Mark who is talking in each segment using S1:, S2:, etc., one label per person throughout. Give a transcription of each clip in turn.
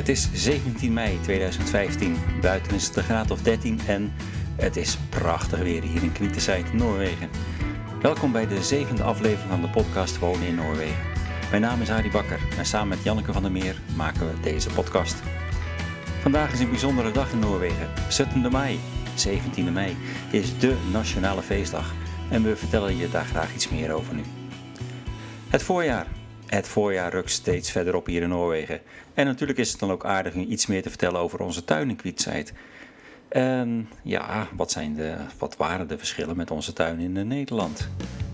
S1: Het is 17 mei 2015. Buiten is het een graad of 13 en het is prachtig weer hier in Kviteseid, Noorwegen. Welkom bij de 7e aflevering van de podcast Wonen in Noorwegen. Mijn naam is Arie Bakker en samen met Janneke van der Meer maken we deze podcast. Vandaag is een bijzondere dag in Noorwegen. 17 mei, 17e mei, is dé nationale feestdag en we vertellen je daar graag iets meer over nu. Het voorjaar. Het voorjaar rukt steeds verder op hier in Noorwegen. En natuurlijk is het dan ook aardig om iets meer te vertellen over onze tuin in Kviteseid. En ja, wat waren de verschillen met onze tuin in Nederland?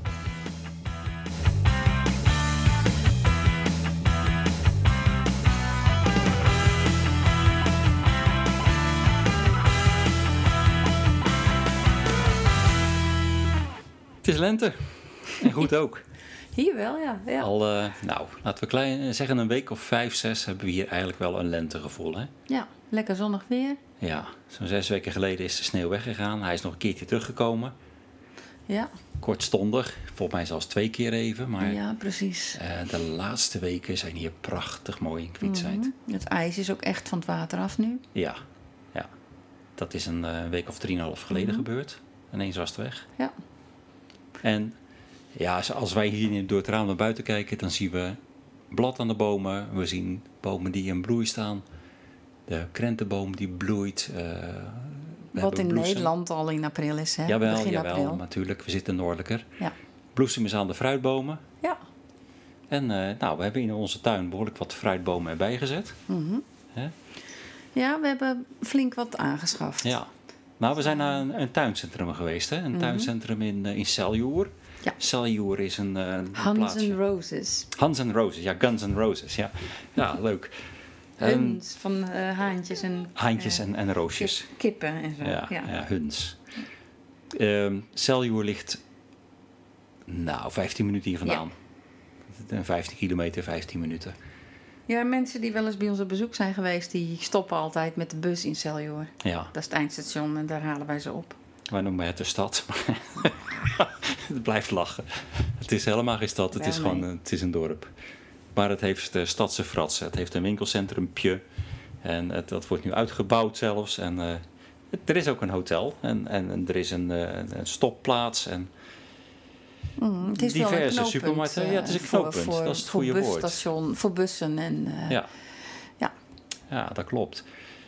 S1: Het is lente. En goed ook.
S2: Hier wel, ja.
S1: Al, laten we zeggen een week of 5, 6 hebben we hier eigenlijk wel een lentegevoel, hè?
S2: Ja, lekker zonnig weer.
S1: Ja, zo'n 6 weken geleden is de sneeuw weggegaan. Hij is nog een keertje teruggekomen.
S2: Ja.
S1: Kortstondig, volgens mij zelfs 2 keer even. Maar
S2: ja, precies.
S1: De laatste weken zijn hier prachtig mooi in Kviteseid.
S2: Het ijs is ook echt van het water af nu.
S1: Ja. Dat is een week of 3,5 geleden gebeurd. Ineens was het weg.
S2: Ja.
S1: En ja, als wij hier door het raam naar buiten kijken, dan zien we blad aan de bomen. We zien bomen die in bloei staan. De krentenboom die bloeit.
S2: Wat in Nederland al in april is, hè?
S1: Jawel,
S2: april.
S1: natuurlijk. We zitten noordelijker.
S2: Ja.
S1: Bloesem is aan de fruitbomen.
S2: Ja.
S1: En we hebben in onze tuin behoorlijk wat fruitbomen erbij gezet. Hè?
S2: Ja, we hebben flink wat aangeschaft.
S1: Ja. Nou, we zijn naar een tuincentrum geweest, hè? Een tuincentrum in Seljord.
S2: Ja.
S1: Seljord is een
S2: Hans
S1: plaatsje.
S2: and Roses.
S1: Hans and Roses, ja, Guns and Roses, ja. Ja, leuk.
S2: Huns van haantjes en...
S1: Haantjes en roosjes.
S2: Kippen en zo.
S1: Ja, huns. Seljord ligt, 15 minuten hier vandaan. Ja. 15 kilometer, 15 minuten.
S2: Ja, mensen die wel eens bij ons op bezoek zijn geweest, die stoppen altijd met de bus in Seljord.
S1: Ja.
S2: Dat is het eindstation en daar halen wij ze op.
S1: Wij noemen het de stad. Het blijft lachen. Het is helemaal geen stad, het is gewoon het is een dorp. Maar het heeft stadse fratsen. Het heeft een winkelcentrumpje. En dat wordt nu uitgebouwd zelfs. En er is ook een hotel. En er is een stopplaats. En
S2: het is
S1: diverse
S2: wel een
S1: supermarkten. Ja, het is een knooppunt. Dat is het goede woord.
S2: Voor bussen en...
S1: Ja, dat klopt.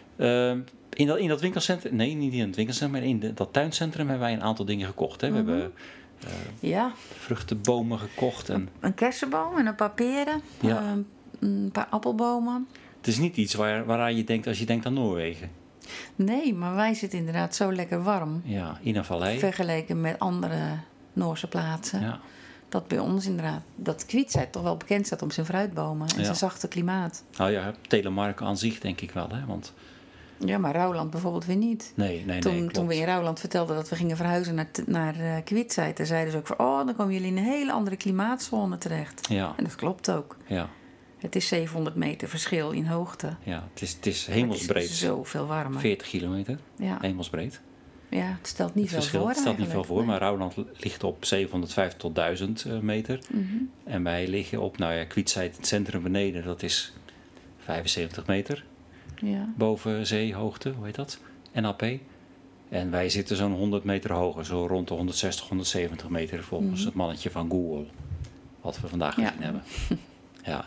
S1: In dat winkelcentrum... Nee, niet in het winkelcentrum. Maar in dat tuincentrum hebben wij een aantal dingen gekocht. Hè. We hebben... vruchtenbomen gekocht.
S2: Een kersenboom en een paar peren.
S1: Ja.
S2: Een paar appelbomen.
S1: Het is niet iets waaraan je denkt als je denkt aan Noorwegen.
S2: Nee, maar wij zitten inderdaad zo lekker warm.
S1: Ja, in een vallei.
S2: Vergeleken met andere Noorse plaatsen. Ja. Dat bij ons inderdaad, dat Kviteseid toch wel bekend staat om zijn fruitbomen en zijn zachte klimaat.
S1: Nou ja, Telemark aan zich denk ik wel, hè. Want...
S2: Ja, maar Rouwland bijvoorbeeld weer niet.
S1: Nee,
S2: Toen we in Rouwland vertelden dat we gingen verhuizen naar Kviteseid, dan zeiden ze ook van, dan komen jullie in een hele andere klimaatzone terecht.
S1: Ja.
S2: En dat klopt ook.
S1: Ja.
S2: Het is 700 meter verschil in hoogte.
S1: Ja, het is hemelsbreed.
S2: Het is zoveel warmer.
S1: 40 kilometer, hemelsbreed.
S2: Ja, het stelt niet veel voor.
S1: Het stelt niet veel voor, maar Rouwland ligt op 750 tot 1000 meter.
S2: Mm-hmm.
S1: En wij liggen op, Kviteseid, het centrum beneden, dat is 75 meter.
S2: Ja.
S1: Boven zeehoogte, hoe heet dat? NAP. En wij zitten zo'n 100 meter hoger, zo rond de 160, 170 meter volgens het mannetje van Google. Wat we vandaag gezien hebben. Ja.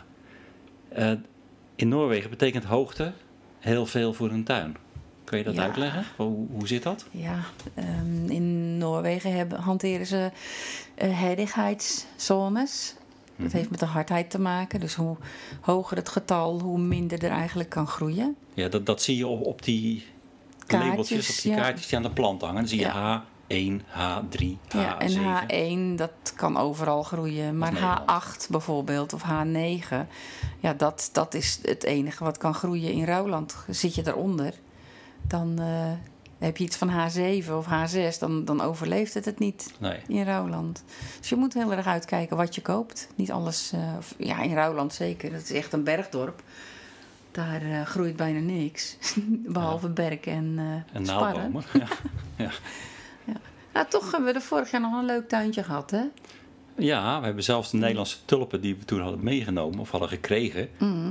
S1: In Noorwegen betekent hoogte heel veel voor een tuin. Kun je dat uitleggen? Hoe zit dat?
S2: Ja, in Noorwegen hanteren ze herdigheidszones. Dat heeft met de hardheid te maken. Dus hoe hoger het getal, hoe minder er eigenlijk kan groeien.
S1: Ja, dat zie je op die labeltjes, op die kaartjes die aan de plant hangen. Dan zie je H1, H3, H7.
S2: Ja, en H1, dat kan overal groeien. Maar H8 bijvoorbeeld, of H9, ja, dat is het enige wat kan groeien in Rouwland. Zit je daaronder, dan heb je iets van H7 of H6, dan overleeft het niet in Rouwland. Dus je moet heel erg uitkijken wat je koopt. Niet alles, in Rouwland zeker, dat is echt een bergdorp. Daar groeit bijna niks, behalve berken en sparren.
S1: Naalbomen. Ja.
S2: Nou, toch hebben we er vorig jaar nog een leuk tuintje gehad, hè?
S1: Ja, we hebben zelfs de Nederlandse tulpen die we toen hadden meegenomen of hadden gekregen.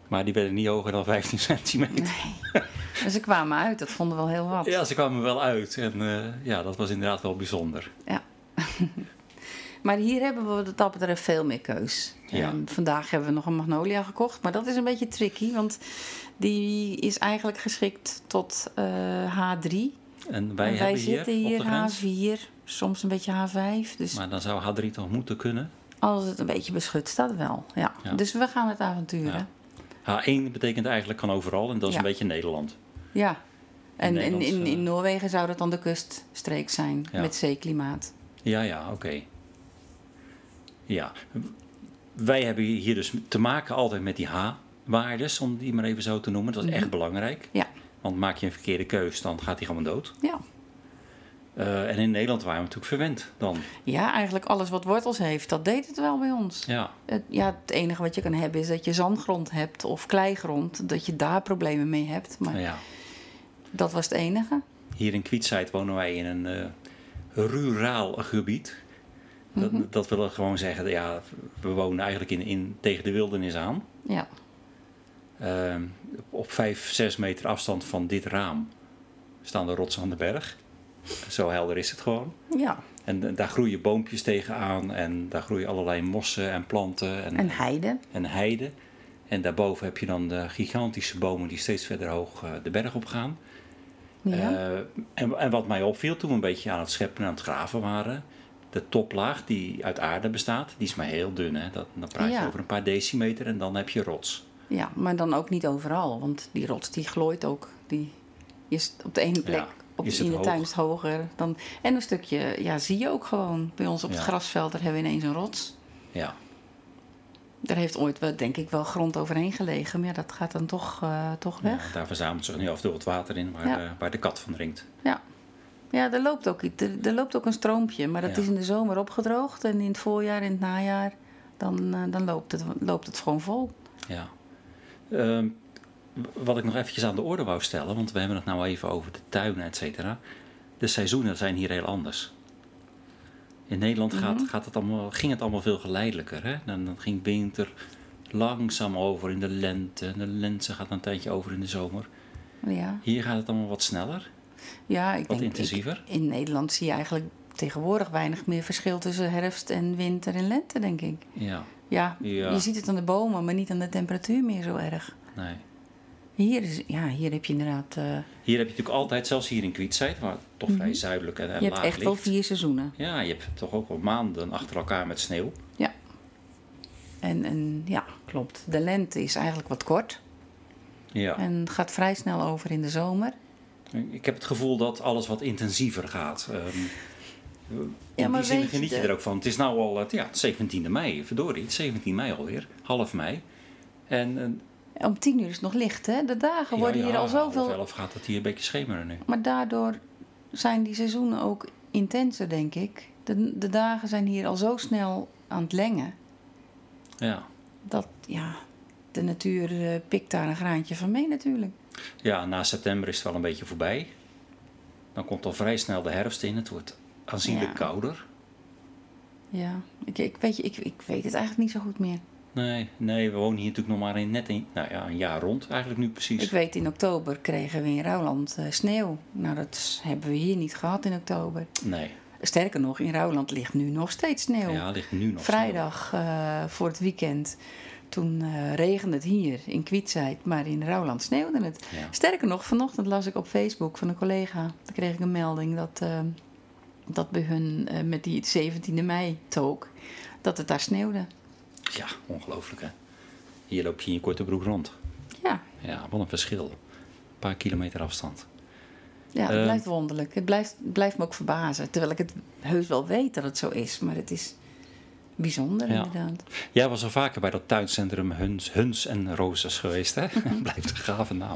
S1: Maar die werden niet hoger dan 15 centimeter.
S2: Nee. Dus ze kwamen uit, dat vonden we wel heel wat.
S1: Ja, ze kwamen wel uit. En dat was inderdaad wel bijzonder.
S2: Ja. Maar hier hebben we wat dat betreft veel meer keus.
S1: Ja.
S2: Vandaag hebben we nog een magnolia gekocht. Maar dat is een beetje tricky. Want die is eigenlijk geschikt tot H3.
S1: En wij
S2: zitten hier
S1: op de grens?
S2: H4. Soms een beetje H5. Dus
S1: Maar dan zou H3 toch moeten kunnen?
S2: als het een beetje beschut staat wel. Ja.
S1: Ja.
S2: Dus we gaan het avonturen.
S1: Ja. H1 betekent eigenlijk kan overal. En dat is
S2: Ja.
S1: een beetje Nederland.
S2: Ja. En
S1: Nederlands,
S2: in Noorwegen zou dat dan de kuststreek zijn.
S1: Ja.
S2: Met zeeklimaat.
S1: Ja, oké. Ja. Wij hebben hier dus te maken altijd met die H-waardes, om die maar even zo te noemen. Dat is echt belangrijk.
S2: Ja.
S1: Want maak je een verkeerde keus, dan gaat hij gewoon dood.
S2: Ja.
S1: En in Nederland waren we natuurlijk verwend dan.
S2: Ja, eigenlijk alles wat wortels heeft, dat deed het wel bij ons.
S1: Ja,
S2: Het enige wat je kan hebben is dat je zandgrond hebt of kleigrond. Dat je daar problemen mee hebt. Maar
S1: nou ja.
S2: dat was het enige.
S1: Hier in Kwietzijd wonen wij in een ruraal gebied. Dat wil gewoon zeggen, ja, we wonen eigenlijk tegen de wildernis aan.
S2: Ja.
S1: Op 5-6 meter afstand van dit raam staan de rotsen aan de berg. Zo helder is het gewoon.
S2: Ja.
S1: En daar groeien boompjes tegenaan en daar groeien allerlei mossen en planten.
S2: En heide.
S1: En heide. En daarboven heb je dan de gigantische bomen die steeds verder hoog de berg op gaan.
S2: Ja.
S1: En wat mij opviel toen we een beetje aan het scheppen en aan het graven waren, de toplaag die uit aarde bestaat, die is maar heel dun. Hè? Dan praat je over een paar decimeter en dan heb je rots.
S2: Ja, maar dan ook niet overal. Want die rots die glooit ook. Die is op de ene plek in de tuin is het hoger. Dan, en een stukje zie je ook gewoon. Bij ons op het grasveld daar hebben we ineens een rots.
S1: Ja.
S2: Daar heeft ooit wel, denk ik, wel grond overheen gelegen. Maar ja, dat gaat dan toch weg.
S1: Ja, daar verzamelt zich nu af en toe wat water in waar de kat van drinkt.
S2: Ja. Ja, er loopt ook iets. Er loopt ook een stroompje. Maar dat is in de zomer opgedroogd. En in het voorjaar, in het najaar, dan loopt het gewoon vol.
S1: Ja. Wat ik nog eventjes aan de orde wou stellen, want we hebben het nou even over de tuinen, et cetera. De seizoenen zijn hier heel anders. In Nederland ging het allemaal veel geleidelijker. Hè? Dan ging winter langzaam over in de lente. En de lente gaat een tijdje over in de zomer.
S2: Ja.
S1: Hier gaat het allemaal wat sneller.
S2: Ja, ik
S1: wat
S2: denk,
S1: intensiever.
S2: In Nederland zie je eigenlijk tegenwoordig weinig meer verschil tussen herfst en winter en lente, denk ik.
S1: Ja.
S2: Ja, je ziet het aan de bomen, maar niet aan de temperatuur meer zo erg.
S1: Nee.
S2: Hier heb je inderdaad...
S1: Hier heb je natuurlijk altijd, zelfs hier in Kwietzijd, waar toch vrij zuidelijk en laag ligt.
S2: Je hebt echt wel 4 seizoenen.
S1: Ja, je hebt toch ook wel maanden achter elkaar met sneeuw.
S2: Ja. En ja, klopt. De lente is eigenlijk wat kort.
S1: Ja.
S2: En gaat vrij snel over in de zomer.
S1: Ik heb het gevoel dat alles wat intensiever gaat. In
S2: maar
S1: die zin
S2: weet
S1: geniet je er ook van. Het is nou al het 17e mei, verdorie. Het is 17 mei alweer, half mei. En
S2: om 10 uur is het nog licht, hè? De dagen worden hier al zoveel...
S1: Half 11 gaat het hier een beetje schemeren nu.
S2: Maar daardoor zijn die seizoenen ook intenser, denk ik. De dagen zijn hier al zo snel aan het lengen.
S1: Ja.
S2: Dat, de natuur pikt daar een graantje van mee natuurlijk.
S1: Ja, na september is het wel een beetje voorbij. Dan komt al vrij snel de herfst in. Het wordt aanzienlijk kouder.
S2: Ja, ik weet het eigenlijk niet zo goed meer.
S1: Nee, we wonen hier natuurlijk nog maar een jaar rond eigenlijk nu precies.
S2: Ik weet, in oktober kregen we in Rouwland sneeuw. Nou, dat hebben we hier niet gehad in oktober.
S1: Nee.
S2: Sterker nog, in Rouwland ligt nu nog steeds sneeuw.
S1: Ja, ligt nu nog
S2: Vrijdag voor het weekend. Toen regende het hier in Kwietzijd, maar in Rouwland sneeuwde het.
S1: Ja.
S2: Sterker nog, vanochtend las ik op Facebook van een collega. Daar kreeg ik een melding dat bij hun met die 17e mei took, dat het daar sneeuwde.
S1: Ja, ongelooflijk hè. Hier loop je in je korte broek rond.
S2: Ja.
S1: Ja, wat een verschil. Een paar kilometer afstand.
S2: Ja, het blijft wonderlijk. Het blijft me ook verbazen. Terwijl ik het heus wel weet dat het zo is. Maar het is bijzonder inderdaad.
S1: Jij was al vaker bij dat tuincentrum Huns en Roses geweest hè? Blijft een gave naam.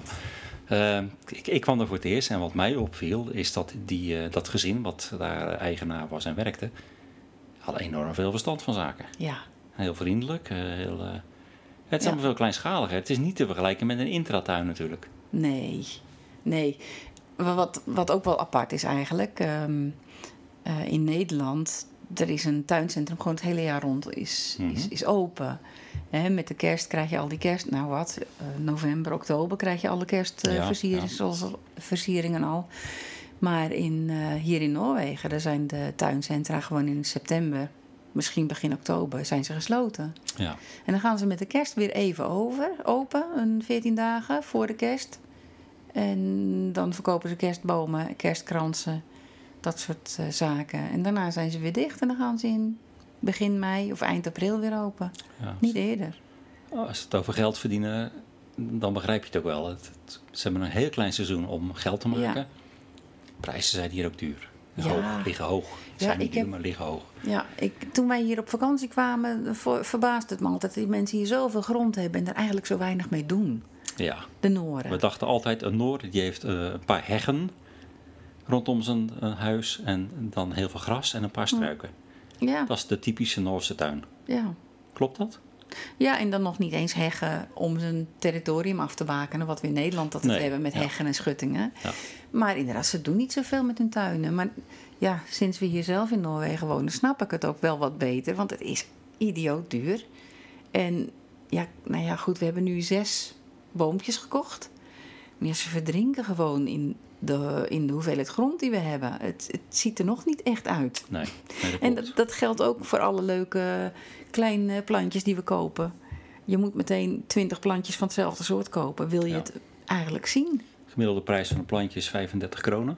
S1: Ik kwam er voor het eerst en wat mij opviel is dat dat gezin wat daar eigenaar was en werkte, had enorm veel verstand van zaken.
S2: Ja.
S1: Heel vriendelijk. Het is allemaal veel kleinschaliger. Het is niet te vergelijken met een intratuin natuurlijk.
S2: Nee. Wat ook wel apart is eigenlijk. In Nederland, er is een tuincentrum gewoon het hele jaar rond is open. Met de kerst krijg je al die kerst... november, oktober krijg je alle kerstversieringen al. Maar hier in Noorwegen, daar zijn de tuincentra gewoon in september... misschien begin oktober, zijn ze gesloten.
S1: Ja.
S2: En dan gaan ze met de kerst weer even open, een 14 dagen voor de kerst. En dan verkopen ze kerstbomen, kerstkransen, dat soort zaken. En daarna zijn ze weer dicht en dan gaan ze in begin mei of eind april weer open. Ja. Niet eerder.
S1: Als het over geld verdienen, dan begrijp je het ook wel. Ze hebben een heel klein seizoen om geld te maken. Ja. Prijzen zijn hier ook duur. Liggen hoog. Zijn niet duur, maar liggen hoog.
S2: Ja, toen wij hier op vakantie kwamen, verbaasde het me altijd... dat die mensen hier zoveel grond hebben en er eigenlijk zo weinig mee doen.
S1: Ja.
S2: De Nooren.
S1: We dachten altijd, een Noor die heeft een paar heggen rondom zijn huis... en dan heel veel gras en een paar struiken. Ja. Dat is de typische Noorse tuin. Ja. Klopt dat?
S2: Ja, en dan nog niet eens heggen om zijn territorium af te bakenen... wat we in Nederland altijd hebben met heggen en schuttingen. Ja. Maar inderdaad, ze doen niet zoveel met hun tuinen. Maar ja, sinds we hier zelf in Noorwegen wonen... snap ik het ook wel wat beter, want het is idioot duur. En ja, goed, we hebben nu 6 boompjes gekocht. Maar ze verdrinken gewoon in de hoeveelheid grond die we hebben. Het ziet er nog niet echt uit.
S1: Nee, dat
S2: en dat geldt ook voor alle leuke kleine plantjes die we kopen. Je moet meteen 20 plantjes van hetzelfde soort kopen. Wil je het eigenlijk zien?
S1: De gemiddelde prijs van een plantje is 35 kronen.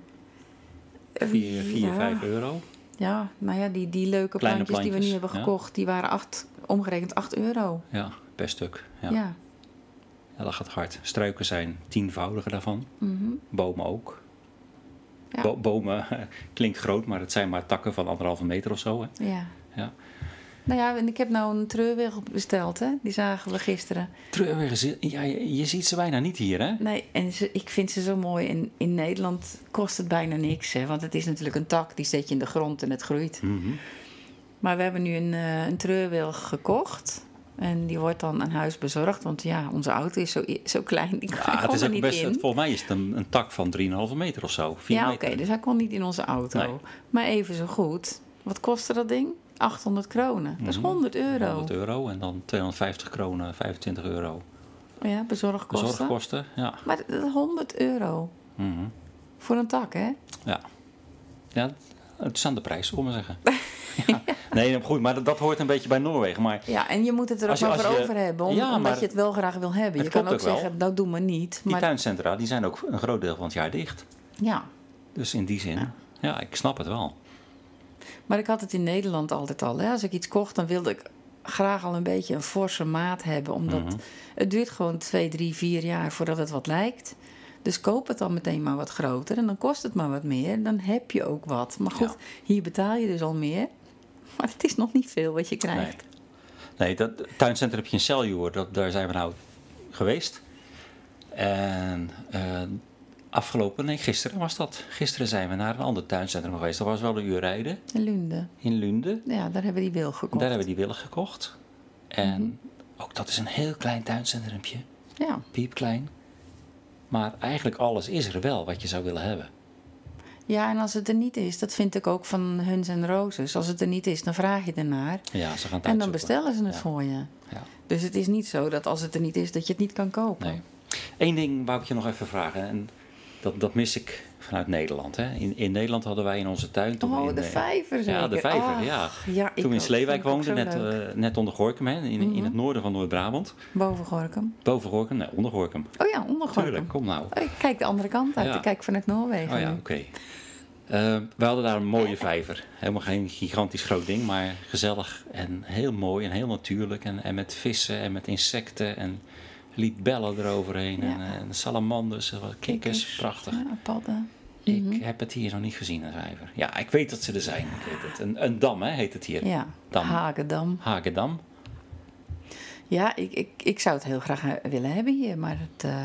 S1: 4, 5 euro.
S2: Ja, nou ja, die leuke plantjes die we nu hebben gekocht... die waren omgerekend 8 euro.
S1: Ja, per stuk. Ja, dat gaat hard. Struiken zijn 10-voudige daarvan. Mm-hmm. Bomen ook. Ja. Bomen klinkt groot, maar het zijn maar takken van 1,5 meter of zo. Hè? Ja.
S2: Nou ja, en ik heb nou een treurwilg besteld, hè? Die zagen we gisteren.
S1: Treurwilgen, ja, je ziet ze bijna niet hier, hè? Nee,
S2: en ik vind ze zo mooi. En in Nederland kost het bijna niks, hè? Want het is natuurlijk een tak, die zet je in de grond en het groeit. Mm-hmm. Maar we hebben nu een treurwilg gekocht... En die wordt dan aan huis bezorgd. Want ja, onze auto is zo klein. Die
S1: het is ook best, volgens mij is het een tak van 3,5 meter of zo. 4 meter.
S2: Oké, dus hij kon niet in onze auto. Nee. Maar even zo goed. Wat kostte dat ding? 800 kronen. Dat is 100 euro.
S1: 100 euro en dan 250 kronen, 25 euro.
S2: Ja, bezorgkosten.
S1: Bezorgkosten, ja.
S2: Maar 100 euro. Mm-hmm. Voor een tak, hè?
S1: Ja. Ja, het is aan de prijs, om maar zeggen. Ja. Nee, goed, maar dat hoort een beetje bij Noorwegen. Maar
S2: ja, en je moet het er ook maar voor over hebben, omdat je het wel graag wil hebben. Je kan ook zeggen, dat doen we niet.
S1: Die tuincentra, die zijn ook een groot deel van het jaar dicht.
S2: Ja.
S1: Dus in die zin, ja, ik snap het wel.
S2: Maar ik had het in Nederland altijd al. Hè. Als ik iets kocht, dan wilde ik graag al een beetje een forse maat hebben. Omdat het duurt gewoon 2, 3, 4 jaar voordat het wat lijkt. Dus koop het dan meteen maar wat groter en dan kost het maar wat meer. Dan heb je ook wat. Maar goed, hier betaal je dus al meer. Maar het is nog niet veel wat je krijgt.
S1: Nee, dat tuincentrum heb je in Seljord. Daar zijn we nou geweest. En gisteren was dat. Gisteren zijn we naar een ander tuincentrum geweest. Dat was wel een uur rijden. In Lunde.
S2: Ja, daar hebben we die wilg gekocht.
S1: En ook dat is een heel klein tuincentrumtje.
S2: Ja.
S1: Piepklein. Maar eigenlijk alles is er wel wat je zou willen hebben.
S2: Ja, en als het er niet is, dat vind ik ook van Huns en Roses. Als het er niet is, dan vraag je ernaar.
S1: Ja, ze gaan het
S2: en dan bestellen ze het voor je. Ja. Dus het is niet zo dat als het er niet is, dat je het niet kan kopen.
S1: Nee. Eén ding wou ik je nog even vragen. En dat mis ik vanuit Nederland. Hè. In Nederland hadden wij in onze tuin...
S2: de vijver zeker.
S1: Ja, de vijver, ja. Toen we in Sleewijk woonden, net onder Gorinchem. Hè, in het noorden van Noord-Brabant.
S2: Boven Gorinchem?
S1: Boven Gorinchem, nee, onder Gorinchem.
S2: Oh ja, onder Gorinchem.
S1: Tuurlijk, kom nou.
S2: Ik kijk de andere kant uit, ik kijk vanuit Noorwegen.
S1: Oh ja, oké. We hadden daar een mooie vijver. Helemaal geen gigantisch groot ding, maar gezellig en heel mooi en heel natuurlijk. En met vissen en met insecten en libellen eroverheen. Ja. En salamanders, kikkers, prachtig.
S2: Ja, padden.
S1: Ik heb het hier nog niet gezien, een vijver. Ja, ik weet dat ze er zijn. Ik weet het. Een dam, hè, heet het hier.
S2: Ja, Hagedam. Ja, ik zou het heel graag willen hebben hier, maar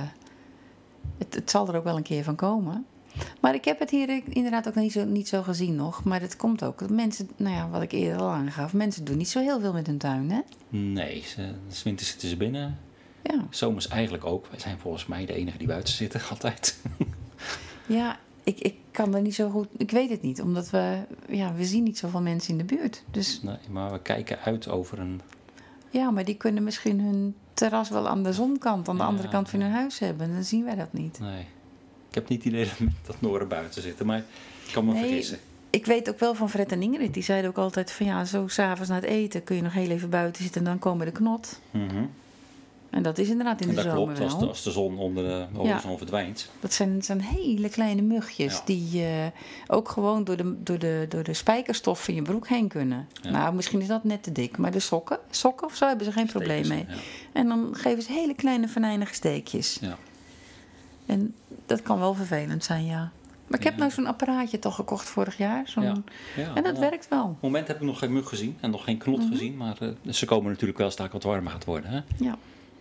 S2: het zal er ook wel een keer van komen. Maar ik heb het hier inderdaad ook niet zo gezien nog. Maar het komt ook. Mensen, wat ik eerder al aangaf, mensen doen niet zo heel veel met hun tuin, hè?
S1: Nee, 's winters zitten ze binnen. Ja. Zomers eigenlijk ook. Wij zijn volgens mij de enige die buiten zitten, altijd.
S2: Ja, ik kan er niet zo goed... Ik weet het niet, omdat we zien niet zoveel mensen in de buurt. Dus,
S1: Nee, maar we kijken uit over een...
S2: ja, maar die kunnen misschien hun terras wel aan de zonkant, aan de andere kant van hun huis hebben. Dan zien wij dat niet.
S1: Nee. Ik heb niet het idee dat Noren buiten zitten, maar ik kan me vergissen.
S2: Ik weet ook wel van Fred en Ingrid, die zeiden ook altijd van ja, zo 's avonds na het eten kun je nog heel even buiten zitten en dan komen de knot.
S1: Mm-hmm.
S2: En dat is inderdaad in de zomer
S1: wel. Dat klopt, als de zon onder de zon verdwijnt.
S2: Dat zijn hele kleine mugjes die ook gewoon door de spijkerstof van je broek heen kunnen. Ja. Nou, misschien is dat net te dik, maar de sokken of zo hebben ze geen probleem mee. Ja. En dan geven ze hele kleine venijnige steekjes. Ja. En dat kan wel vervelend zijn, ja. Maar ik heb nou zo'n apparaatje toch gekocht vorig jaar. En dat werkt wel. Op
S1: het moment heb ik nog geen mug gezien en nog geen knot gezien. Maar ze komen natuurlijk wel als het wat warmer gaat worden. Hè?
S2: Ja.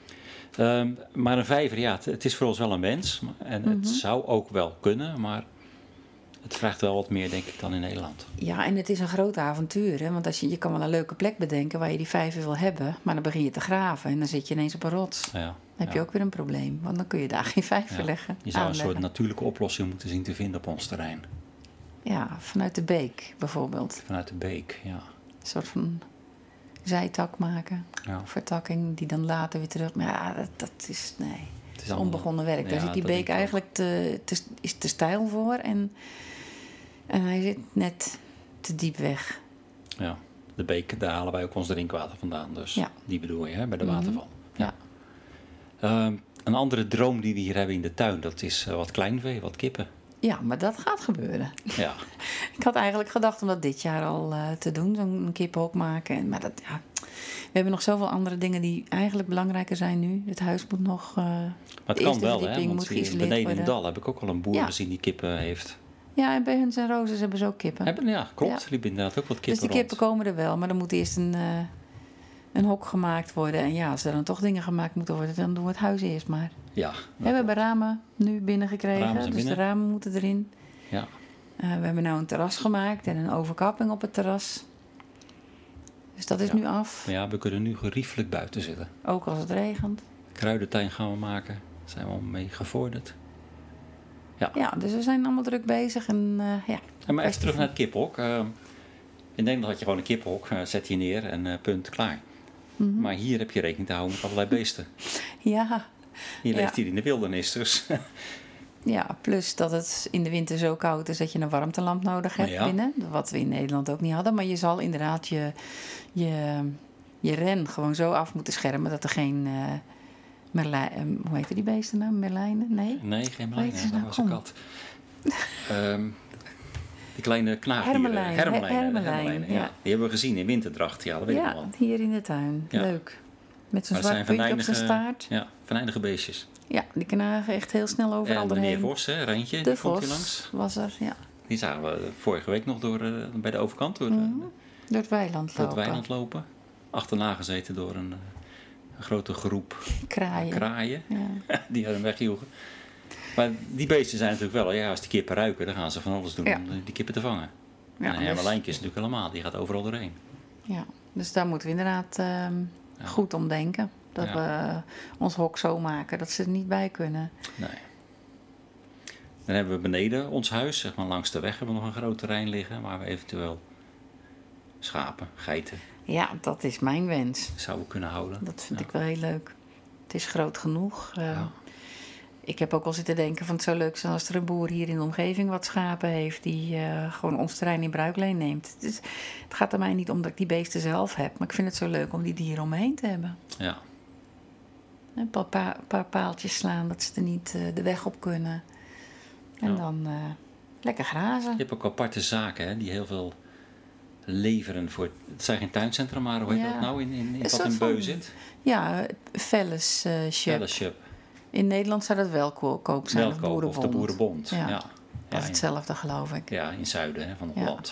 S1: Maar een vijver, het is voor ons wel een wens. En het zou ook wel kunnen, maar het vraagt wel wat meer, denk ik, dan in Nederland.
S2: Ja, en het is een groot avontuur. Hè? Want je kan wel een leuke plek bedenken waar je die vijver wil hebben. Maar dan begin je te graven en dan zit je ineens op een rots. Ja. Dan heb je ook weer een probleem, want dan kun je daar geen vijver leggen.
S1: Je zou een soort natuurlijke oplossing moeten zien te vinden op ons terrein.
S2: Ja, vanuit de beek bijvoorbeeld.
S1: Vanuit de beek, ja.
S2: Een soort van zijtak maken. Ja. Vertakking die dan later weer terug... Maar ja, dat is... Nee, het is onbegonnen werk. Daar zit die beek eigenlijk is te steil voor. En hij zit net te diep weg.
S1: Ja, de beek, daar halen wij ook ons drinkwater vandaan. Dus die bedoel je, hè, bij de waterval. Ja. Een andere droom die we hier hebben in de tuin, dat is wat kleinvee, wat kippen.
S2: Ja, maar dat gaat gebeuren.
S1: Ja.
S2: Ik had eigenlijk gedacht om dat dit jaar al te doen, zo'n kippenhok maken. Maar we hebben nog zoveel andere dingen die eigenlijk belangrijker zijn nu. Het huis moet nog...
S1: maar het kan wel, hè? Want beneden in het dal heb ik ook al een boer gezien die kippen heeft.
S2: Ja, en bij Huns en Rozes hebben ze ook kippen.
S1: Ja, klopt. Er liepen inderdaad ook wat kippen
S2: Dus die kippen komen er wel, maar er moet eerst een hok gemaakt worden. En ja, als er dan toch dingen gemaakt moeten worden, dan doen we het huis eerst maar.
S1: Ja.
S2: We hebben ramen nu binnengekregen, dus de ramen moeten erin.
S1: Ja.
S2: We hebben nou een terras gemaakt en een overkapping op het terras. Dus dat is nu af.
S1: Ja, we kunnen nu geriefelijk buiten zitten.
S2: Ook als het regent.
S1: Kruidentuin gaan we maken. Daar zijn we al mee gevorderd.
S2: Ja, dus we zijn allemaal druk bezig. En
S1: maar even terug naar het kippenhok. In Nederland had je gewoon een kippenhok. Zet je neer en punt, klaar. Mm-hmm. Maar hier heb je rekening te houden met allerlei beesten.
S2: Ja.
S1: Je leeft hier in de wildernis, dus...
S2: Ja, plus dat het in de winter zo koud is dat je een warmtelamp nodig hebt binnen. Wat we in Nederland ook niet hadden. Maar je zal inderdaad je ren gewoon zo af moeten schermen dat er geen... hoe heet die beesten nou? Merlijnen? Nee?
S1: Nee, geen merlijnen. Dat was een kat. Die kleine knaagdieren. Hermelijnen. Ja. Die hebben we gezien in winterdracht. Ja, dat weet ik nog wel.
S2: Hier in de tuin. Ja. Leuk. Met zo'n zwart puntje op zijn staart.
S1: Ja, venijnige beestjes.
S2: Ja, die knagen echt heel snel overal doorheen.
S1: Meneer Vos, hè, Reintje, die komt hier langs.
S2: Was er, ja.
S1: Die zagen we vorige week nog bij de overkant. Door
S2: het weiland
S1: lopen. Achterna gezeten door een grote groep kraaien die hem wegjoegen. Maar die beesten zijn natuurlijk wel, als die kippen ruiken, dan gaan ze van alles doen om die kippen te vangen. Ja, en een hermelijntje is natuurlijk helemaal, die gaat overal doorheen. Ja,
S2: dus daar moeten we inderdaad goed om denken. Dat we ons hok zo maken dat ze er niet bij kunnen.
S1: Nee. Dan hebben we beneden ons huis, zeg maar langs de weg, hebben we nog een groot terrein liggen waar we eventueel schapen, geiten.
S2: Ja, dat is mijn wens.
S1: Zouden we kunnen houden.
S2: Dat vind ik wel heel leuk. Het is groot genoeg. Ik heb ook al zitten denken van het zou leuk zijn als er een boer hier in de omgeving wat schapen heeft die gewoon ons terrein in bruikleen neemt. Dus het gaat er mij niet om dat ik die beesten zelf heb, maar ik vind het zo leuk om die dieren om me heen te hebben.
S1: Ja.
S2: Een paar paaltjes slaan dat ze er niet de weg op kunnen. En dan lekker grazen.
S1: Je hebt ook aparte zaken hè, die heel veel leveren voor... Het zijn geen tuincentra, maar hoe heet dat nou in wat in Beu zit?
S2: Ja, fellowship. In Nederland zou dat wel koop zijn, of Boerenbond.
S1: Of de Boerenbond, ja.
S2: Dat is hetzelfde, geloof ik.
S1: Ja, in het zuiden hè, van het land,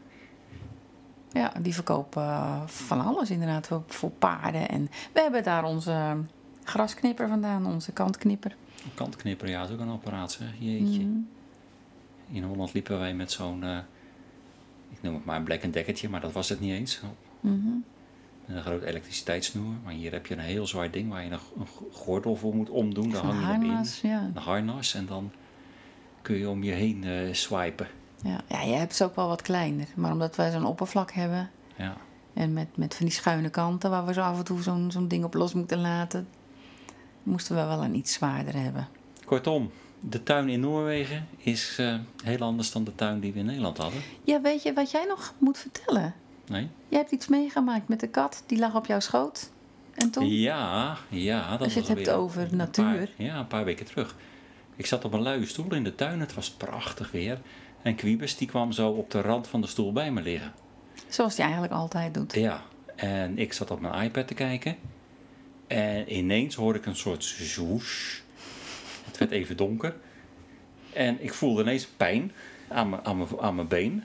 S2: Ja, die verkopen van alles inderdaad voor paarden. En we hebben daar onze grasknipper vandaan, onze kantknipper.
S1: Een kantknipper, ja, dat is ook een apparaat, zeg. Jeetje. Mm. In Holland liepen wij met zo'n, ik noem het maar een Black & Deckertje, maar dat was het niet eens.
S2: Mm-hmm.
S1: Een groot elektriciteitssnoer, maar hier heb je een heel zwaar ding waar je een gordel voor moet omdoen. Daar hang je hem in.
S2: Ja.
S1: Een harnas en dan kun je om je heen swipen.
S2: Ja, je hebt ze ook wel wat kleiner. Maar omdat wij zo'n oppervlak hebben...
S1: Ja.
S2: En met van die schuine kanten... waar we zo af en toe zo'n ding op los moeten laten... moesten we wel een iets zwaarder hebben.
S1: Kortom, de tuin in Noorwegen is heel anders dan de tuin die we in Nederland hadden.
S2: Ja, weet je wat jij nog moet vertellen?
S1: Nee?
S2: Jij hebt iets meegemaakt met de kat. Die lag op jouw schoot. En toen?
S1: Ja. Dat
S2: Als je het hebt over natuur.
S1: Een paar weken terug. Ik zat op een luie stoel in de tuin. Het was prachtig weer. En Quibus die kwam zo op de rand van de stoel bij me liggen.
S2: Zoals hij eigenlijk altijd doet.
S1: Ja. En ik zat op mijn iPad te kijken. En ineens hoorde ik een soort zoesh. Het werd even donker. En ik voelde ineens pijn aan mijn been.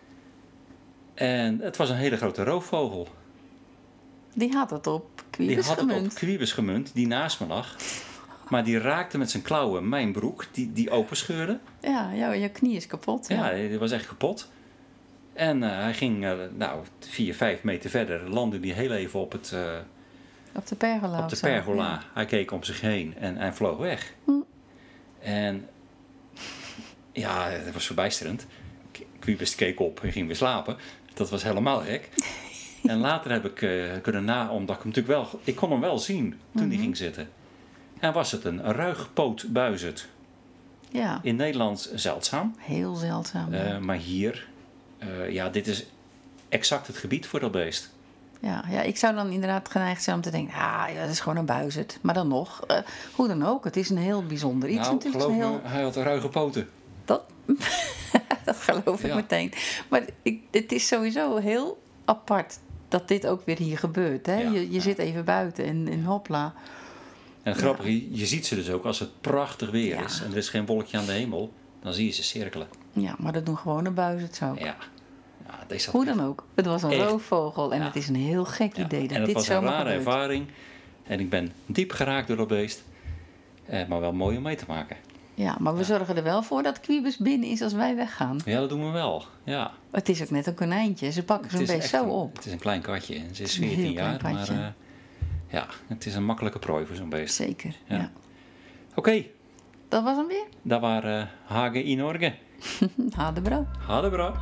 S1: En het was een hele grote roofvogel.
S2: Die had het op Quibus gemunt.
S1: Die had het op Quibus gemunt, die naast me lag. Maar die raakte met zijn klauwen mijn broek, die openscheurde.
S2: Ja, jouw knie is kapot.
S1: Ja, die was echt kapot. En hij ging 4-5 meter verder, landde die heel even op het...
S2: Op de pergola.
S1: Op de pergola. Ja. Hij keek om zich heen en hij vloog weg. En ja, dat was verbijsterend. Quibus keek op en ging weer slapen. Dat was helemaal gek. En later heb ik kunnen omdat ik hem natuurlijk wel... Ik kon hem wel zien toen hij ging zitten. En was het een ruigpootbuizerd.
S2: Ja.
S1: In Nederland zeldzaam.
S2: Heel zeldzaam. Ja.
S1: Maar hier, dit is exact het gebied voor dat beest.
S2: Ja, ik zou dan inderdaad geneigd zijn om te denken... dat is gewoon een buizerd. Maar dan nog, hoe dan ook, het is een heel bijzonder iets.
S1: Nou, geloof me, hij had ruige poten.
S2: Dat geloof ik meteen. Maar het is sowieso heel apart dat dit ook weer hier gebeurt. Hè?
S1: Ja,
S2: je zit even buiten en hopla.
S1: En grappig, je ziet ze dus ook als het prachtig weer is... en er is geen wolkje aan de hemel, dan zie je ze cirkelen.
S2: Ja, maar dat doen gewone buizerds ook.
S1: Ja.
S2: Hoe dan ook. Het was een roofvogel en het is een heel gek idee. Dat
S1: en het
S2: dit
S1: was een rare
S2: gebeurt.
S1: ervaring. En ik ben diep geraakt door dat beest. Maar wel mooi om mee te maken.
S2: Ja, maar we zorgen er wel voor dat Quibus binnen is als wij weggaan.
S1: Ja, dat doen we wel. Ja.
S2: Het is ook net een konijntje. Ze pakken zo'n beest zo op.
S1: Het is een klein katje. En ze is 14 jaar. Maar het is een makkelijke prooi voor zo'n beest.
S2: Zeker, ja.
S1: Oké.
S2: Dat was hem weer?
S1: Dat waren Hagen in Norge.
S2: Hadebra.
S1: Hadebra.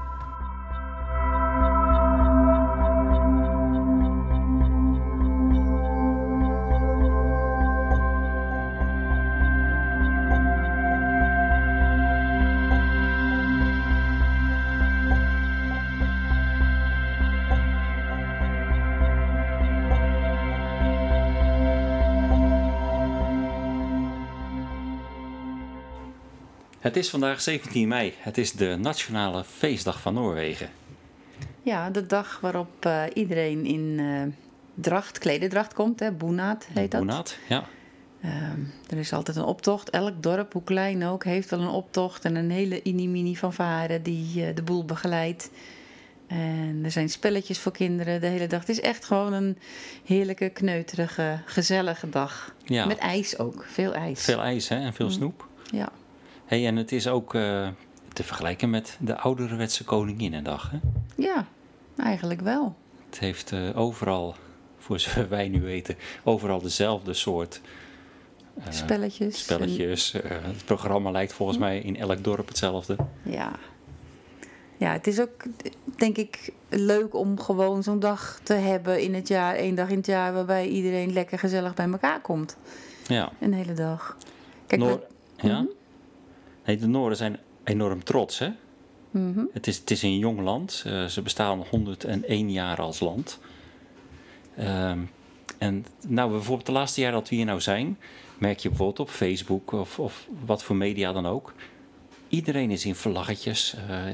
S1: Het is vandaag 17 mei. Het is de nationale feestdag van Noorwegen.
S2: Ja, de dag waarop iedereen in klededracht komt. Hè? Boenad heet dat.
S1: Boenad, ja.
S2: Er is altijd een optocht. Elk dorp, hoe klein ook, heeft wel een optocht. En een hele inimini fanfare die de boel begeleidt. En er zijn spelletjes voor kinderen de hele dag. Het is echt gewoon een heerlijke, kneuterige, gezellige dag. Ja. Met ijs ook. Veel ijs.
S1: Veel ijs, hè? En veel snoep.
S2: Ja.
S1: Hey, en het is ook te vergelijken met de ouderwetse Koninginnedag, hè?
S2: Ja, eigenlijk wel.
S1: Het heeft overal, voor zover wij nu weten, overal dezelfde soort spelletjes. Het programma lijkt volgens mij in elk dorp hetzelfde.
S2: Ja. Ja, het is ook, denk ik, leuk om gewoon zo'n dag te hebben in het jaar. 1 dag in het jaar waarbij iedereen lekker gezellig bij elkaar komt.
S1: Ja.
S2: Een hele dag. Kijk,
S1: ja? Nee, de Noorden zijn enorm trots, hè?
S2: Mm-hmm.
S1: Het is een jong land. Ze bestaan 101 jaar als land. En nou, bijvoorbeeld de laatste jaren dat we hier nou zijn, merk je bijvoorbeeld op Facebook of wat voor media dan ook. Iedereen is in vlaggetjes.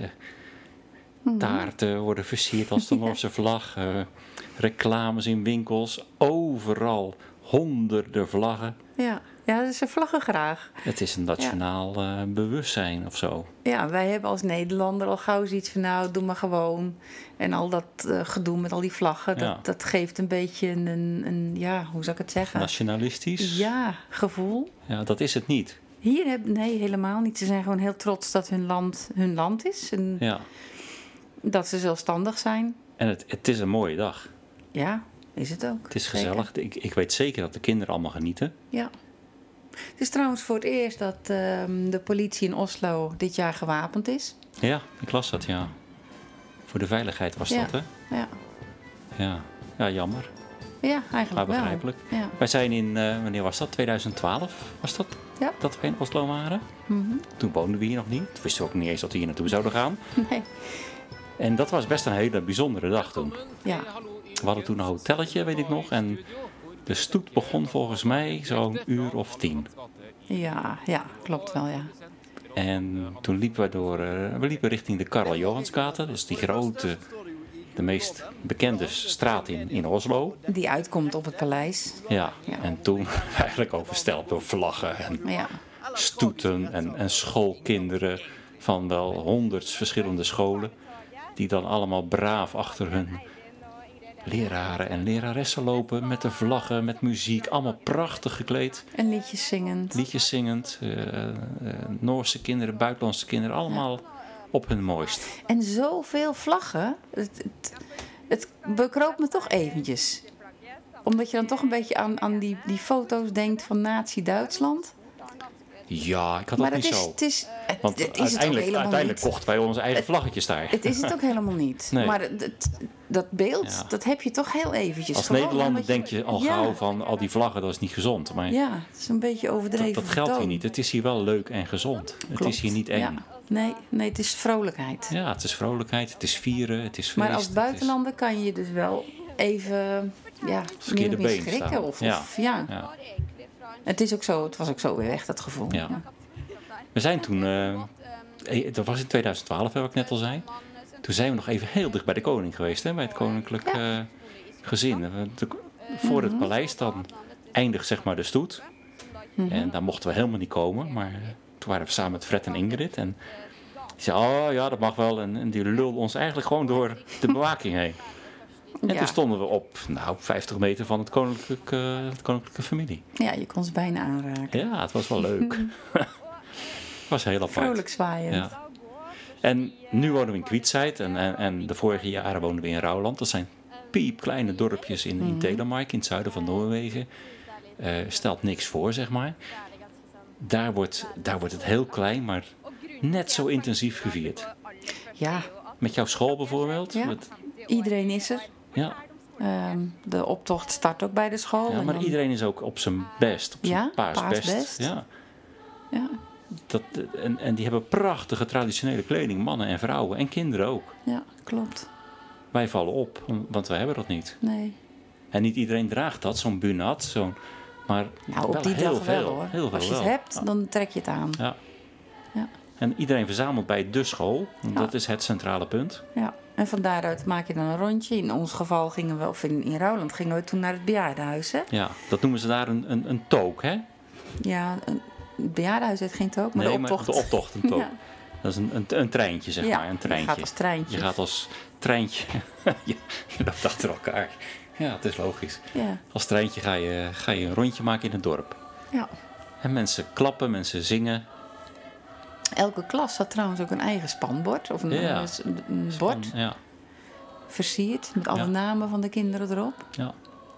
S1: Taarten worden versierd als de Noorse vlag. Reclames in winkels. Overal honderden vlaggen.
S2: Ja, ze vlaggen graag.
S1: Het is een nationaal bewustzijn of zo.
S2: Ja, wij hebben als Nederlander al gauw zoiets van nou, doe maar gewoon. En al dat gedoe met al die vlaggen, dat geeft een beetje een hoe zou ik het zeggen?
S1: Nationalistisch?
S2: Ja, gevoel.
S1: Ja, dat is het niet.
S2: Hier nee, helemaal niet. Ze zijn gewoon heel trots dat hun land is. En dat ze zelfstandig zijn.
S1: En het is een mooie dag.
S2: Ja, is het ook.
S1: Het is gezellig. Ik weet zeker dat de kinderen allemaal genieten.
S2: Ja. Het is trouwens voor het eerst dat de politie in Oslo dit jaar gewapend is.
S1: Ja, ik las dat, ja. Voor de veiligheid was dat, hè?
S2: Ja.
S1: Ja, jammer.
S2: Ja, eigenlijk
S1: Maar
S2: wel.
S1: begrijpelijk.
S2: Ja.
S1: Wij zijn in, wanneer was dat? 2012 was dat?
S2: Ja.
S1: Dat we in Oslo waren. Toen woonden we hier nog niet. Toen wisten we ook niet eens dat we hier naartoe zouden gaan.
S2: Nee.
S1: En dat was best een hele bijzondere dag toen.
S2: Ja.
S1: We hadden toen een hotelletje, weet ik nog. En de stoet begon volgens mij zo'n uur of 10.
S2: Ja, klopt wel, ja.
S1: En toen liepen we liepen richting de Karl Johanskade. Dus die grote, de meest bekende straat in Oslo.
S2: Die uitkomt op het paleis.
S1: Ja,
S2: Ja.
S1: en toen eigenlijk overstelpt door vlaggen en
S2: Ja.
S1: stoeten en schoolkinderen van wel 100 verschillende scholen. Die dan allemaal braaf achter hun leraren en leraressen lopen met de vlaggen, met muziek. Allemaal prachtig gekleed.
S2: En liedjes zingend.
S1: Liedjes zingend. Noorse kinderen, buitenlandse kinderen, allemaal op hun mooist.
S2: En zoveel vlaggen. Het bekroop me toch eventjes. Omdat je dan toch een beetje aan die foto's denkt van Nazi-Duitsland.
S1: Ja, ik had
S2: Maar
S1: dat niet zo.
S2: het is
S1: Want
S2: het is het ook helemaal
S1: uiteindelijk
S2: niet.
S1: kochten wij onze eigen vlaggetjes daar.
S2: Het is het ook helemaal niet.
S1: Nee.
S2: Maar dat beeld,
S1: Ja.
S2: dat heb je toch heel eventjes.
S1: Als
S2: Gewoon
S1: Nederlander
S2: omdat
S1: denk je al gauw van al die vlaggen, dat is niet gezond. Maar
S2: Ja, het is een beetje overdreven.
S1: dat geldt hier
S2: vertoon.
S1: niet. Het is hier wel leuk en gezond. Het
S2: Klopt.
S1: is hier niet eng.
S2: Ja. Nee, het is vrolijkheid.
S1: Ja, het is vrolijkheid, het is vieren, het is feest.
S2: Maar als buitenlander kan je dus wel even
S1: verkeerde
S2: meer
S1: been
S2: schrikken.
S1: staan.
S2: Of,
S1: Ja.
S2: ja. Het was ook zo weer weg, dat gevoel.
S1: Ja. We zijn toen, dat was in 2012, wat ik net al zei. Toen zijn we nog even heel dicht bij de koning geweest, hè, bij het koninklijk gezin. Voor het paleis, dan eindigt zeg maar de stoet. En daar mochten we helemaal niet komen, maar toen waren we samen met Fred en Ingrid. En die zei, oh ja, dat mag wel. En die lulde ons eigenlijk gewoon door de bewaking heen. En toen stonden we op 50 meter van het koninklijke familie.
S2: Ja, je kon ze bijna aanraken.
S1: Ja, het was wel leuk. Het was heel apart.
S2: Vrolijk zwaaiend.
S1: Ja. En nu wonen we in Kvitsheid en de vorige jaren woonden we in Rauland. Dat zijn piepkleine dorpjes in Telemark, in het zuiden van Noorwegen. Stelt niks voor, zeg maar. Daar wordt het heel klein, maar net zo intensief gevierd.
S2: Ja,
S1: Met jouw school bijvoorbeeld.
S2: Ja. Iedereen is er.
S1: Ja.
S2: De optocht start ook bij de school.
S1: Ja,
S2: en
S1: maar
S2: dan-
S1: iedereen is ook op zijn best. Op zijn
S2: Ja,
S1: paarsbest.
S2: paarsbest.
S1: Ja.
S2: Ja,
S1: En die hebben prachtige traditionele kleding. Mannen en vrouwen. En kinderen ook.
S2: ja, klopt.
S1: Wij vallen op, want wij hebben dat niet.
S2: Nee.
S1: En niet iedereen draagt dat, zo'n bunad. Maar
S2: Nou,
S1: wel
S2: op die
S1: heel
S2: dag
S1: veel.
S2: wel hoor.
S1: Heel veel
S2: Als je het
S1: wel.
S2: hebt, dan trek je het aan.
S1: Ja.
S2: Ja.
S1: En iedereen verzamelt bij de school. Want
S2: Ja.
S1: dat is het centrale punt.
S2: Ja. En van daaruit maak je dan een rondje. In ons geval gingen we, of in Rauland gingen we toen naar het bejaardenhuis. Hè?
S1: Ja, dat noemen ze daar een took, hè?
S2: Ja, het bejaardenhuis heeft geen took, maar
S1: Nee,
S2: de optocht.
S1: maar de optocht, een took.
S2: Ja.
S1: Dat is een treintje, zeg
S2: Ja,
S1: maar. Een
S2: je
S1: treintje.
S2: gaat als treintje.
S1: Je gaat als treintje. Je loopt achter elkaar. Ja, het is logisch.
S2: Ja.
S1: Als treintje ga je een rondje maken in het dorp.
S2: Ja.
S1: En mensen klappen, mensen zingen.
S2: Elke klas had trouwens ook een eigen spanbord. Of een bord
S1: Ja,
S2: versierd met alle
S1: Ja.
S2: namen van de kinderen erop.
S1: ja.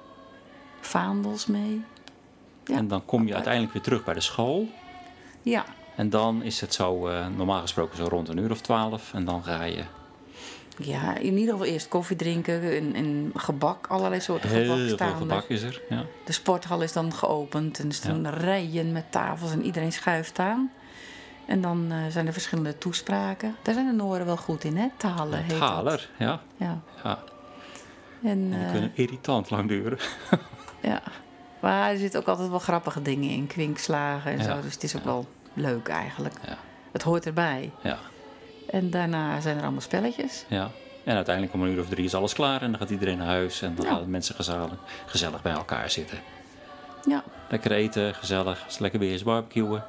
S2: Vaandels mee. Ja.
S1: En dan kom je uiteindelijk weer terug bij de school.
S2: Ja,
S1: En dan is het zo, normaal gesproken zo rond 1:12. En dan ga je
S2: ja, in ieder geval eerst koffie drinken en gebak. Allerlei soorten gebak
S1: heel veel
S2: staan er.
S1: gebak is er. Ja.
S2: De sporthal is dan geopend. En er staan rijen met tafels en iedereen schuift aan. En dan zijn er verschillende toespraken. Daar zijn de Nooren wel goed in, hè? Talen heet dat.
S1: Taler, ja.
S2: Ja.
S1: ja.
S2: En,
S1: Die kunnen irritant lang duren.
S2: ja. Maar er zitten ook altijd wel grappige dingen in. Kwinkslagen en
S1: Ja.
S2: zo. Dus het is ook wel leuk eigenlijk.
S1: Ja.
S2: Het hoort erbij.
S1: Ja,
S2: En daarna zijn er allemaal spelletjes.
S1: ja. En uiteindelijk om 1:03 is alles klaar. En dan gaat iedereen naar huis. En dan
S2: Ja.
S1: gaan de mensen gezellig bij elkaar zitten.
S2: Ja,
S1: Lekker eten, gezellig. Als het lekker weer is, barbecuen.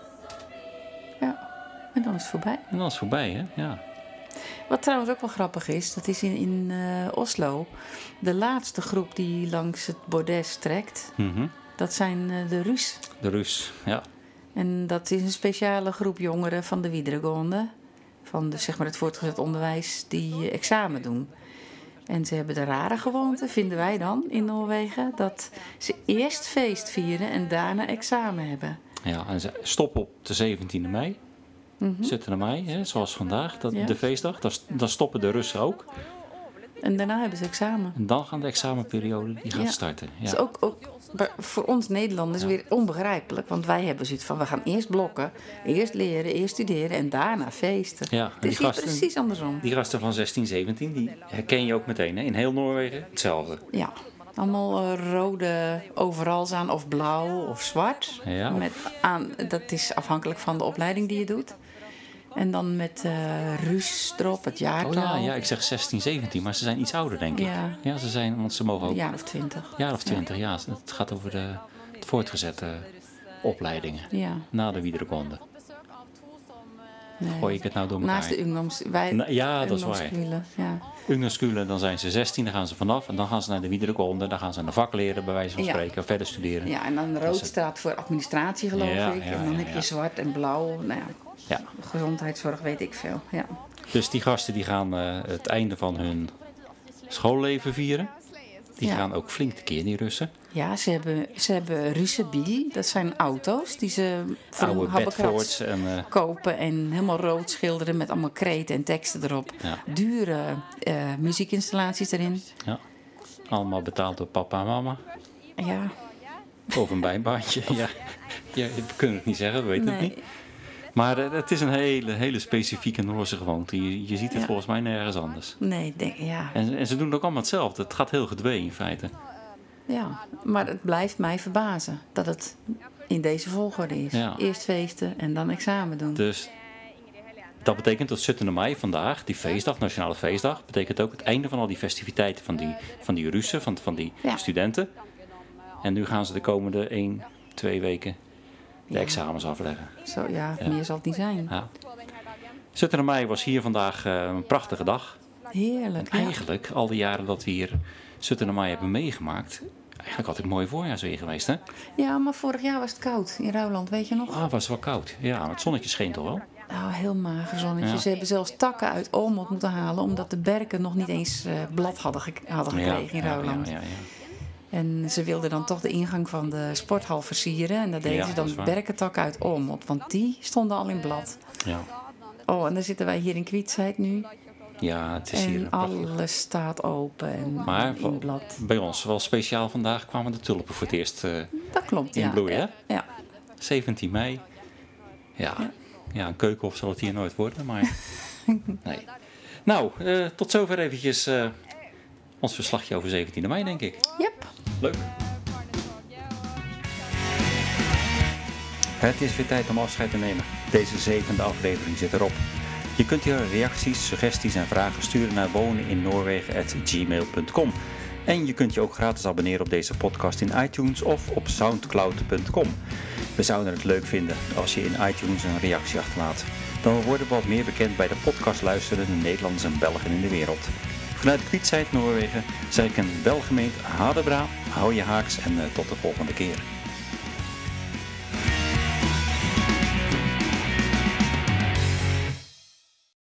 S2: ja. En dan is het voorbij.
S1: En dan is het voorbij, hè? Ja.
S2: Wat trouwens ook wel grappig is, dat is in Oslo. De laatste groep die langs het bordes trekt,
S1: Mhm.
S2: dat zijn de Rus.
S1: De Rus, ja.
S2: En dat is een speciale groep jongeren van de videregående. Van zeg maar het voortgezet onderwijs die examen doen. En ze hebben de rare gewoonte, vinden wij dan, in Noorwegen, dat ze eerst feest vieren en daarna examen hebben.
S1: Ja, en ze stoppen op de 17e mei.
S2: Mhm.
S1: 17e mei, hè, zoals vandaag,
S2: Ja.
S1: de feestdag. Dan stoppen de Russen ook.
S2: En daarna hebben ze examen.
S1: En dan gaan de examenperiode die gaat starten. Ja.
S2: Dat is ook voor ons Nederlanders weer onbegrijpelijk. Want wij hebben zoiets van, we gaan eerst blokken, eerst leren, eerst studeren en daarna feesten.
S1: Ja,
S2: Het is hier precies andersom.
S1: Die gasten van 16, 17, die herken je ook meteen. Hè? In heel Noorwegen hetzelfde.
S2: Ja, allemaal rode overals aan of blauw of zwart.
S1: Ja.
S2: Dat is afhankelijk van de opleiding die je doet. En dan met Ruus erop, het jaartal.
S1: Ja, ik zeg 16, 17, maar ze zijn iets ouder, denk ik. Ja, ze zijn, want ze mogen ook...
S2: Een jaar of 20.
S1: Jaar of 20, ja. Het gaat over de voortgezette opleidingen.
S2: Ja.
S1: Na de Viderekonde.
S2: Nee.
S1: Gooi ik het nou door elkaar?
S2: Naast de Ungdoms...
S1: Ja, dat is waar.
S2: Ja.
S1: Ungdomsschule, dan zijn ze 16, dan gaan ze vanaf. En dan gaan ze naar de Viderekonde, dan gaan ze aan de vak leren, bij wijze van spreken. Verder studeren.
S2: Ja, en dan rood staat voor administratie, geloof ik. En dan heb je zwart en blauw. Nou
S1: ja.
S2: Gezondheidszorg, weet ik veel. Ja.
S1: Dus die gasten die gaan het einde van hun schoolleven vieren. Die gaan ook flink tekeer, die Russen.
S2: Ja, ze hebben Russenbiel. Dat zijn auto's die ze
S1: oude Bedfords
S2: kopen en helemaal rood schilderen met allemaal kreten en teksten erop.
S1: Ja.
S2: Dure muziekinstallaties erin.
S1: Ja, allemaal betaald door papa en mama.
S2: Ja.
S1: Of een bijbaantje. Ja, we kunnen het niet zeggen, we weten het niet. Maar het is een hele specifieke Noorse gewoonte. Je ziet het volgens mij nergens anders.
S2: Nee, ja.
S1: En ze doen het ook allemaal hetzelfde. Het gaat heel gedwee in feite.
S2: Ja, maar het blijft mij verbazen dat het in deze volgorde is. Ja. Eerst feesten en dan examen doen.
S1: Dus dat betekent dat 17 mei vandaag, die feestdag, nationale feestdag, betekent ook het einde van al die festiviteiten van die Russen, van die studenten. En nu gaan ze de komende 1-2 weken de examens afleggen.
S2: Zo, meer zal het niet zijn.
S1: Ja. 17 mei was hier vandaag een prachtige dag.
S2: Heerlijk.
S1: En eigenlijk, al die jaren dat we hier 17 mei hebben meegemaakt, eigenlijk altijd een mooi voorjaarsweer geweest, hè?
S2: Ja, maar vorig jaar was het koud in Rouwland, weet je nog?
S1: Ah, was wel koud. Ja, maar het zonnetje scheen toch wel?
S2: Nou, heel mager zonnetje. Ja. Ze hebben zelfs takken uit Olmot moeten halen, omdat de berken nog niet eens blad hadden gekregen in Rouwland. Ja. En ze wilden dan toch de ingang van de sporthal versieren. En dat deden ze dan berkentakken uit Olmot, want die stonden al in blad.
S1: Ja.
S2: Oh, en dan zitten wij hier in Kwietzijd nu.
S1: Ja, het is hier.
S2: En alles staat open en in blad.
S1: Bij ons, wel speciaal vandaag, kwamen de tulpen voor het eerst
S2: dat klopt,
S1: in bloei, hè?
S2: Ja.
S1: 17 mei. Ja, een keukenhof zal het hier nooit worden, maar... nee. Nou, tot zover eventjes ons verslagje over 17 mei, denk ik.
S2: Yep.
S1: Leuk. Het is weer tijd om afscheid te nemen. Deze 7e aflevering zit erop. Je kunt je reacties, suggesties en vragen sturen naar woneninnoorwegen@gmail.com. En je kunt je ook gratis abonneren op deze podcast in iTunes of op soundcloud.com. We zouden het leuk vinden als je in iTunes een reactie achterlaat. Dan worden we wat meer bekend bij de podcastluisterende Nederlanders en Belgen in de wereld. Vanuit Kwietzijd, Noorwegen, zeg ik een welgemeend hadebra, hou je haaks en tot de volgende keer.